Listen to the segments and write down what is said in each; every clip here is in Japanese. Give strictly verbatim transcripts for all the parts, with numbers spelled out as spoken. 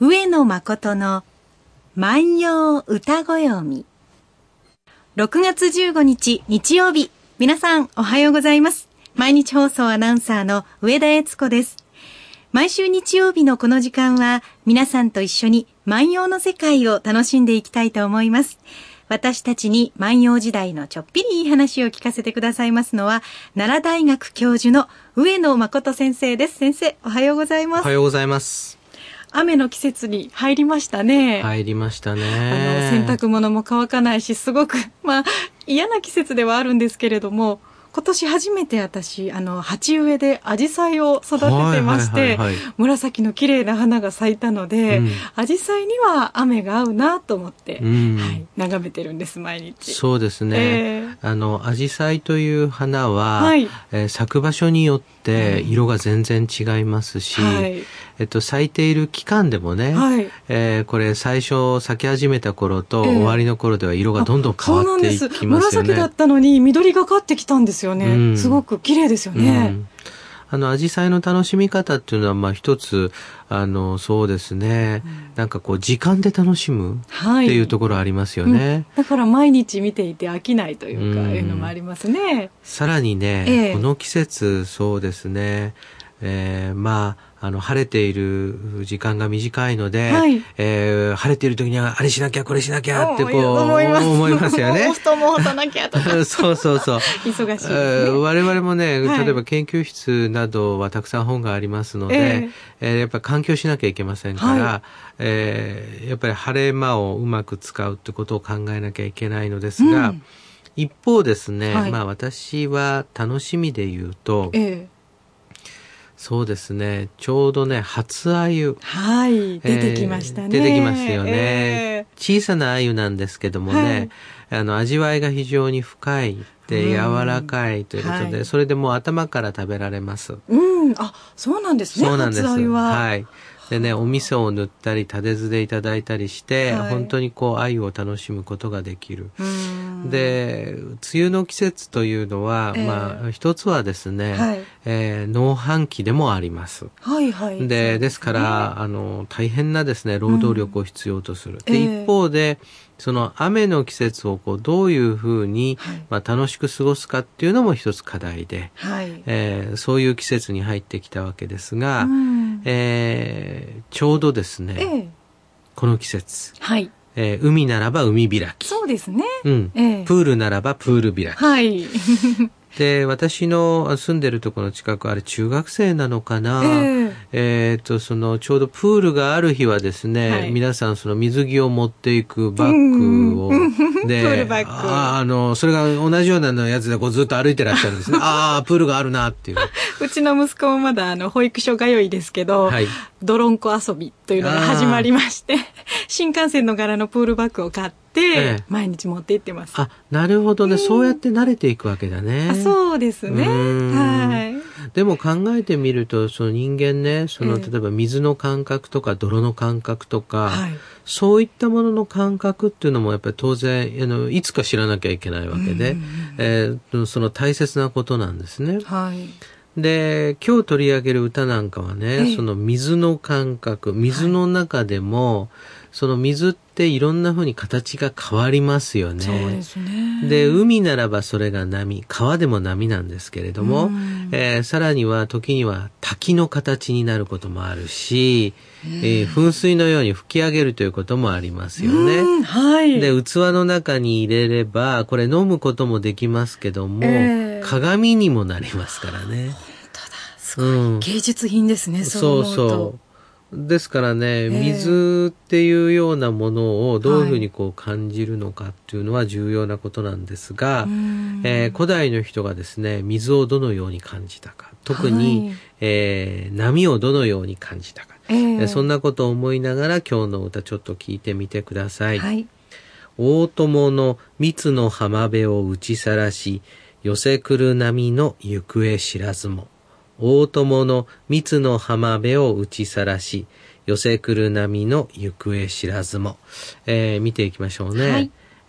上野誠の万葉歌ご読み。ろくがつじゅうごにち日曜日、皆さんおはようございます。毎日放送アナウンサーの上田悦子です。毎週日曜日のこの時間は皆さんと一緒に万葉の世界を楽しんでいきたいと思います。私たちに万葉時代のちょっぴりいい話を聞かせてくださいますのは、奈良大学教授の上野誠先生です。先生、おはようございます。 おはようございます。 雨の季節に入りましたね。 入りましたね。 あの洗濯物も乾かないし、すごくまあ嫌な季節ではあるんですけれども、今年初めて私あの鉢植えでアジサイを育ててまして、はいはいはいはい、紫の綺麗な花が咲いたので、うん、アジサイには雨が合うなと思って、うんはい、眺めてるんです毎日。 そうですね、えー、あのアジサイという花は、はいえー、咲く場所によって色が全然違いますし、うんはいえっと、咲いている期間でもね、はいえー、これ最初咲き始めた頃と終わりの頃では色がどんどん変わっていきますよね。そうなんです。 紫だったのに緑がかってきたんですよね、うん、すごく綺麗ですよね、うん、 あの紫陽花の楽しみ方っていうのはまあ一つあのそうですね、うん、なんかこう時間で楽しむっていうところありますよね、はいうん、 だから毎日見ていて飽きないというか、うん、いうのもありますね。 さらにね、ええ、この季節そうですね、えー、まああの晴れている時間が短いので、はいえー、晴れている時にはあれしなきゃこれしなきゃってこう思います、思いますよね。 もう太も干さなきゃとかそうそうそう忙しいですね。 我々もね、例えば研究室などはたくさん本がありますので、ええー、やっぱり環境しなきゃいけませんから、はいえー、やっぱり晴れ間をうまく使うってことを考えなきゃいけないのですが、うん、一方ですね、はい、まあ私は楽しみで言うと、えーそうですね。ちょうどね、初鮎。 はい。出てきましたね。 えー、出てきますよね、えー。小さな鮎なんですけどもね、はい、あの、味わいが非常に深い。で、柔らかいということで、はい、それでもう頭から食べられます。 うん。あ、そうなんですね。 そうなんです。 初鮎は。 はい。でね、お味噌を塗ったり、立て酢でいただいたりして、はい、本当にこう、鮎を楽しむことができる。で、梅雨の季節というのは、えー、まあ、一つはですね、はいえー、農繁期でもあります。 はいはい。 で、ですから、あの、大変なですね、労働力を必要とする。うん、で、一方で、その雨の季節をこうどういうふうに、はいまあ、楽しく過ごすかっていうのも一つ課題で、はいえー、そういう季節に入ってきたわけですが、うんえー、ちょうどですね、えー、この季節、はいえー、海ならば海開き。 そうですね。 うんえー、プールならばプール開き。 はい。 で、私の住んでるところの近く、あれ中学生なのかな、えー、えー、と、その、ちょうどプールがある日はですね、はい、皆さんその水着を持っていくバッグを、で、 プールバッグ。 あ、あの、それが同じようなのやつでこうずっと歩いてらっしゃるんですね。ああ、プールがあるなっていう。 うちの息子もまだあの、保育所通いですけど、はい、泥んこ遊びというのが始まりまして、新幹線の柄のプールバッグを買って、で、ええ、毎日持って行ってます。 あ、なるほどね、うん、そうやって慣れていくわけだね。 あ、そうですね。はい。 でも考えてみると、その人間ね、その、ええ、例えば水の感覚とか泥の感覚とか、はい、そういったものの感覚っていうのもやっぱり当然、あのいつか知らなきゃいけないわけで、えー、その大切なことなんですね。はい。で、今日取り上げる歌なんかはね、ええ、その水の感覚、水の中でも、はい、その水っていろんな風に形が変わりますよね。 そうですね。 で、海ならばそれが波、川でも波なんですけれども、えー、さらには時には滝の形になることもあるし、えー、噴水のように吹き上げるということもありますよね。はい。で、器の中に入れれば、これ飲むこともできますけども、えー、鏡にもなりますからね。 本当だ。すごい。うん、芸術品ですね、そう思うと。そうそう。 ですからね、水っていうようなものをどういうふうにこう感じるのかっていうのは重要なことなんですが、はいえー、古代の人がですね、水をどのように感じたか、特に、はいえー、波をどのように感じたか、えー、そんなことを思いながら今日の歌ちょっと聞いてみてください。はい、大友の蜜の浜辺を打ちさらし、寄せ来る波の行方知らずも。大友の蜜の浜辺を打ちさらし、寄せ来る波の行方知らずも。えー、見ていきましょうね。はい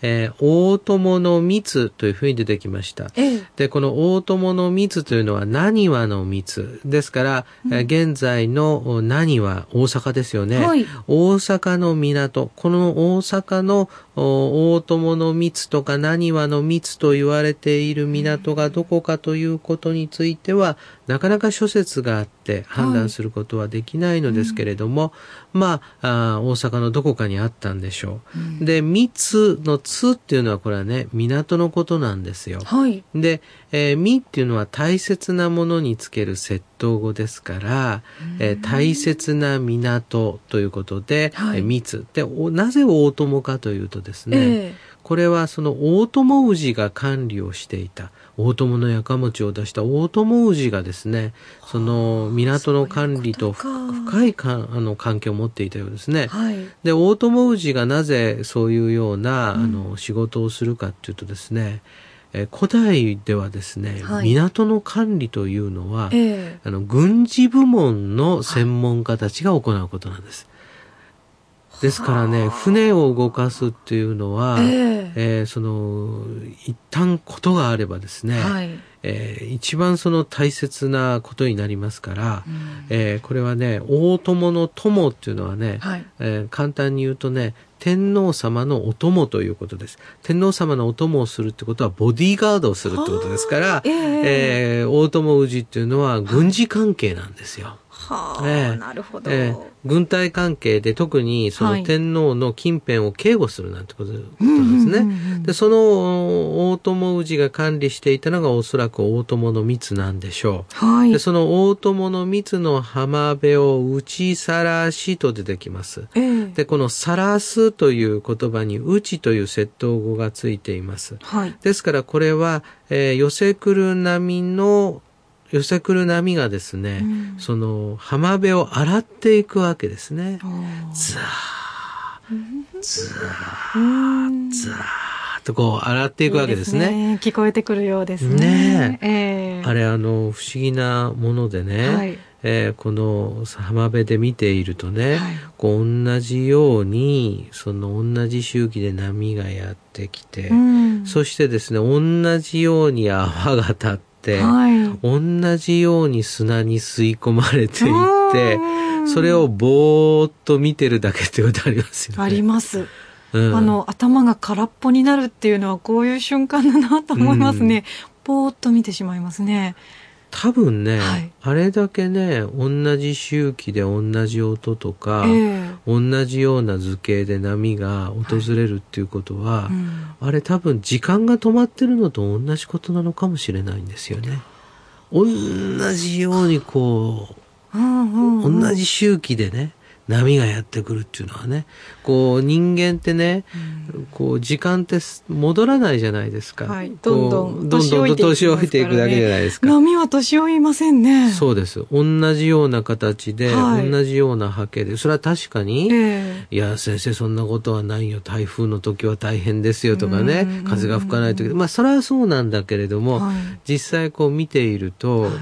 えー、大友の蜜というふうに出てきました。ええ、で、この大友の蜜というのは、浪速の蜜。ですから、うん、えー、現在の浪速、大阪ですよね。はい、大阪の港。この大阪の大友の蜜とか浪速の蜜と言われている港がどこかということについては、なかなか諸説があって判断することはできないのですけれども、はい、まあ、あ、大阪のどこかにあったんでしょう。うん、で、蜜のつっていうのはこれはね、港のことなんですよ。はい、で、えー、みっていうのは大切なものにつける窃盗語ですから、えー、大切な港ということで、はい、えー、蜜。で、なぜ大友かというとですね、えー、これはその大友氏が管理をしていた。大友のやかもちを出した大友氏がですね、その港の管理と深いかあの関係を持っていたようですね。はい、で、大友氏がなぜそういうような、うん、あの仕事をするかというとですね、え古代ではですね、はい、港の管理というのは、えー、あの軍事部門の専門家たちが行うことなんです。ですからね、船を動かすっていうのは、えーえー、その一旦ことがあればですね、はい、えー、一番その大切なことになりますから、うん、えー、これはね、大友の友っていうのはね、はい、えー、簡単に言うとね、天皇様のお供ということです。天皇様のお供をするってことはボディーガードをするってことですから、えーえー、大友氏っていうのは軍事関係なんですよ。 はあ、えー、なるほど、 えー。軍隊関係で特にその天皇の近辺を警護するなんてことなんですね。で、その大友氏が管理していたのがおそらく大友の蜜なんでしょう。はい、で、その大友の蜜の浜辺を打ちさらしと出てきます。えー、で、このさらすという言葉に打ちという窃盗語がついています。はい、ですからこれは、えー、寄せ来る波の寄せ来る波がですね、うん、その浜辺を洗っていくわけですね。ザー、ザー、ザーとこう洗っていくわけですね。 いいですね。聞こえてくるようですね。 ねえ。えー、あれあの不思議なものでね、はい、えー、この浜辺で見ているとね、はい、こう同じようにその同じ周期で波がやってきて、うん、そしてですね同じように泡が立ってはい、同じように砂に吸い込まれていってそれをぼーっと見てるだけってことありますよね。 あります、うん、あの頭が空っぽになるっていうのはこういう瞬間だなと思いますね、うん、ぼーっと見てしまいますね。 多分ね、はい、あれだけね同じ周期で同じ音とか、えー、同じような図形で波が訪れるっていうことは、はい、うん、あれ多分時間が止まってるのと同じことなのかもしれないんですよね。同じようにこう、うんうんうん、同じ周期でね波がやってくるっていうのはね、こう人間ってね、うん、こう時間って戻らないじゃないですか。はい、 どんどん年老いていくだけじゃないですか。 波は年老いませんね。 そうです。同じような形で、はい、同じような波形で、それは確かに、えー、いや先生そんなことはないよ。台風の時は大変ですよとかね、風が吹かない時、まあそれはそうなんだけれども、はい、実際こう見ていると、はい、うん、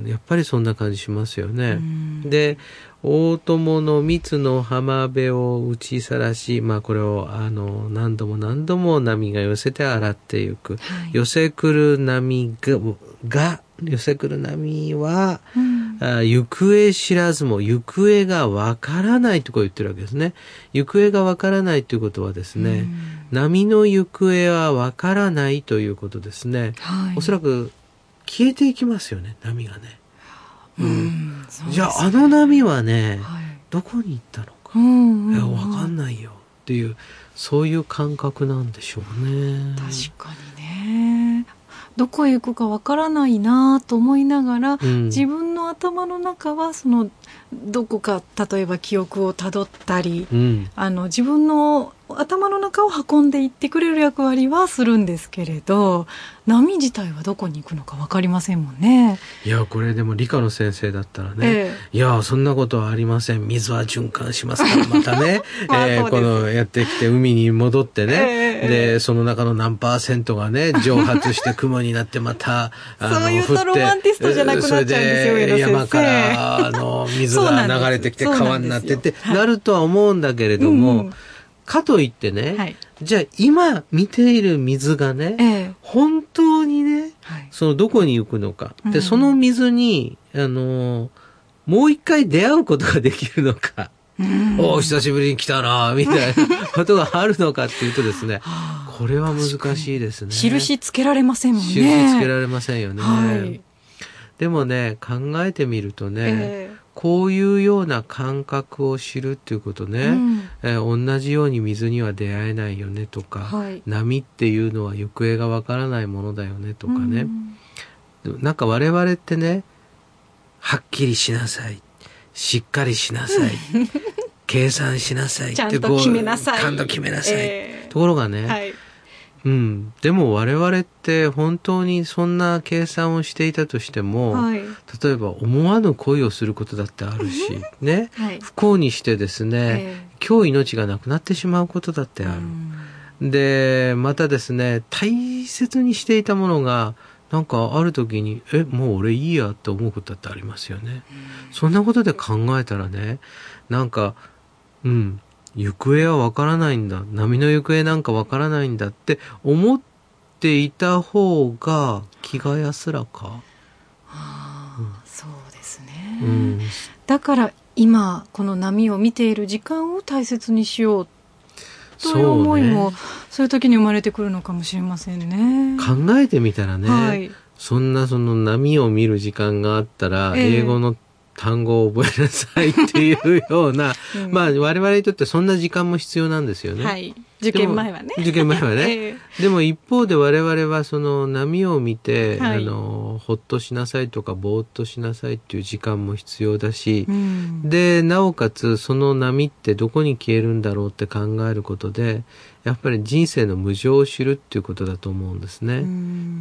やっぱりそんな感じしますよね。で。大友の蜜の浜辺を打ちさらし、まあこれをあの何度も何度も波が寄せて洗っていく。はい、寄せ来る波が、が寄せ来る波は、うん、あ行方知らずも行方がわからないとこう言ってるわけですね。行方がわからないということはですね、うん、波の行方はわからないということですね。はい、おそらく消えていきますよね、波がね。うんうん、じゃああの波はね、はい、どこに行ったのか、うんうんうん、いや分かんないよっていうそういう感覚なんでしょうね。 確かにね、どこへ行くか分からないなと思いながら、うん、自分の頭の中はそのどこか例えば記憶をたどったり、うん、あの自分の頭の中を運んでいってくれる役割はするんですけれど、波自体はどこに行くのか分かりませんもんね。 いやこれでも理科の先生だったらね、ええ、いやそんなことはありません、水は循環しますからまたね、えー、このやってきて海に戻ってね、えー、でその中の何パーセントがね蒸発して雲になってまたあのそういうとロマンティストじゃなくなっちゃうんですよ、上野先生。 山からあの水が流れてきて川になってってなるとは思うんだけれども、うん、 かといってね、はい、じゃあ今見ている水がね、ええ、本当にね、はい、そのどこに行くのか。で、うん、その水に、あの、もう一回出会うことができるのか。うん、お久しぶりに来たなみたいなことがあるのかっていうとですね、これは難しいですね。 印つけられませんもんね。 印つけられませんよね。はい、でもね、考えてみるとね、えー、こういうような感覚を知るっていうことね、うんえー、同じように水には出会えないよねとか、はい、波っていうのは行方がわからないものだよねとかね、うん、なんか我々ってね、はっきりしなさい、しっかりしなさい計算しなさいってちゃんと決めなさいちゃんと決めなさい、えー、ところがね、はいうん、でも我々って本当にそんな計算をしていたとしても、はい、例えば思わぬ恋をすることだってあるし、ねはい、不幸にしてですね、えー、今日命がなくなってしまうことだってある。で、またですね、大切にしていたものがなんかある時に、え、もう俺いいやって思うことだってありますよね。そんなことで考えたらね、なんか、うん、行方はわからないんだ。波の行方なんかわからないんだって思っていた方が気が安らか。はあ、うん、そうですね、うん。だから今この波を見ている時間を大切にしようという思いも そうね、そういう時に生まれてくるのかもしれませんね。 考えてみたらね、はい、そんなその波を見る時間があったら、えー、英語の単語を覚えなさいっていうような、うん、まあ我々にとってそんな時間も必要なんですよね。 はい。受験前はね。 受験前はね、えー。でも一方で我々はその波を見て、はい、あのほっとしなさいとかぼーっとしなさいっていう時間も必要だし、うん、でなおかつその波ってどこに消えるんだろうって考えることで、やっぱり人生の無常を知るっていうことだと思うんですね。うん、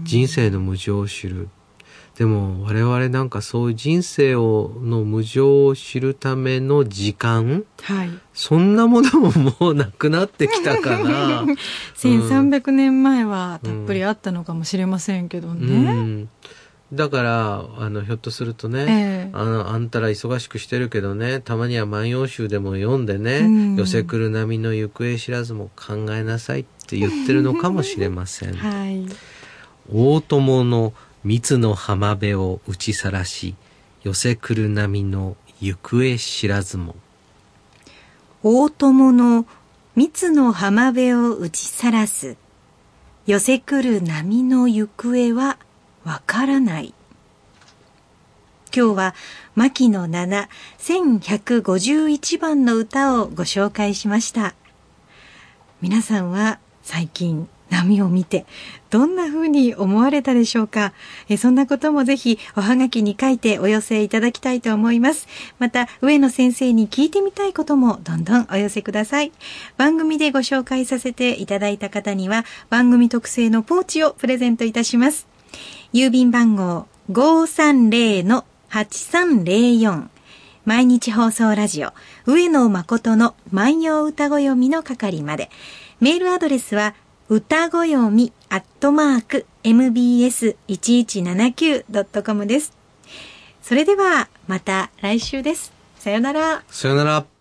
人生の無常を知る。でも我々なんかそういう人生をの無常を知るための時間、はい、そんなものももうなくなってきたかな。 せんさんびゃくねんまえはたっぷりあったのかもしれませんけどね。うんうん、 だからあのひょっとするとね、えー、あのあんたら忙しくしてるけどね、たまには万葉集でも読んでね、うん、寄せ来る波の行方知らずも考えなさいって言ってるのかもしれません。はい、大友の蜜の浜辺を打ちさらし、寄せ来る波の行方知らずも。 大友の蜜の浜辺を打ちさらす、寄せ来る波の行方はわからない。今日は牧野七せんひゃくごじゅういちばんの歌をご紹介しました。皆さんは最近波を見てどんな風に思われたでしょうか。えそんなこともぜひおはがきに書いてお寄せいただきたいと思います。また上野先生に聞いてみたいこともどんどんお寄せください。番組でご紹介させていただいた方には番組特製のポーチをプレゼントいたします。郵便番号 ごーさんぜろのはちさんぜろよん、毎日放送ラジオ上野誠の万葉歌ごよみの係まで。メールアドレスは歌ごよみアットマーク エムビーエスいちいちななきゅうドットコム です。それではまた来週です。さよなら。 さよなら。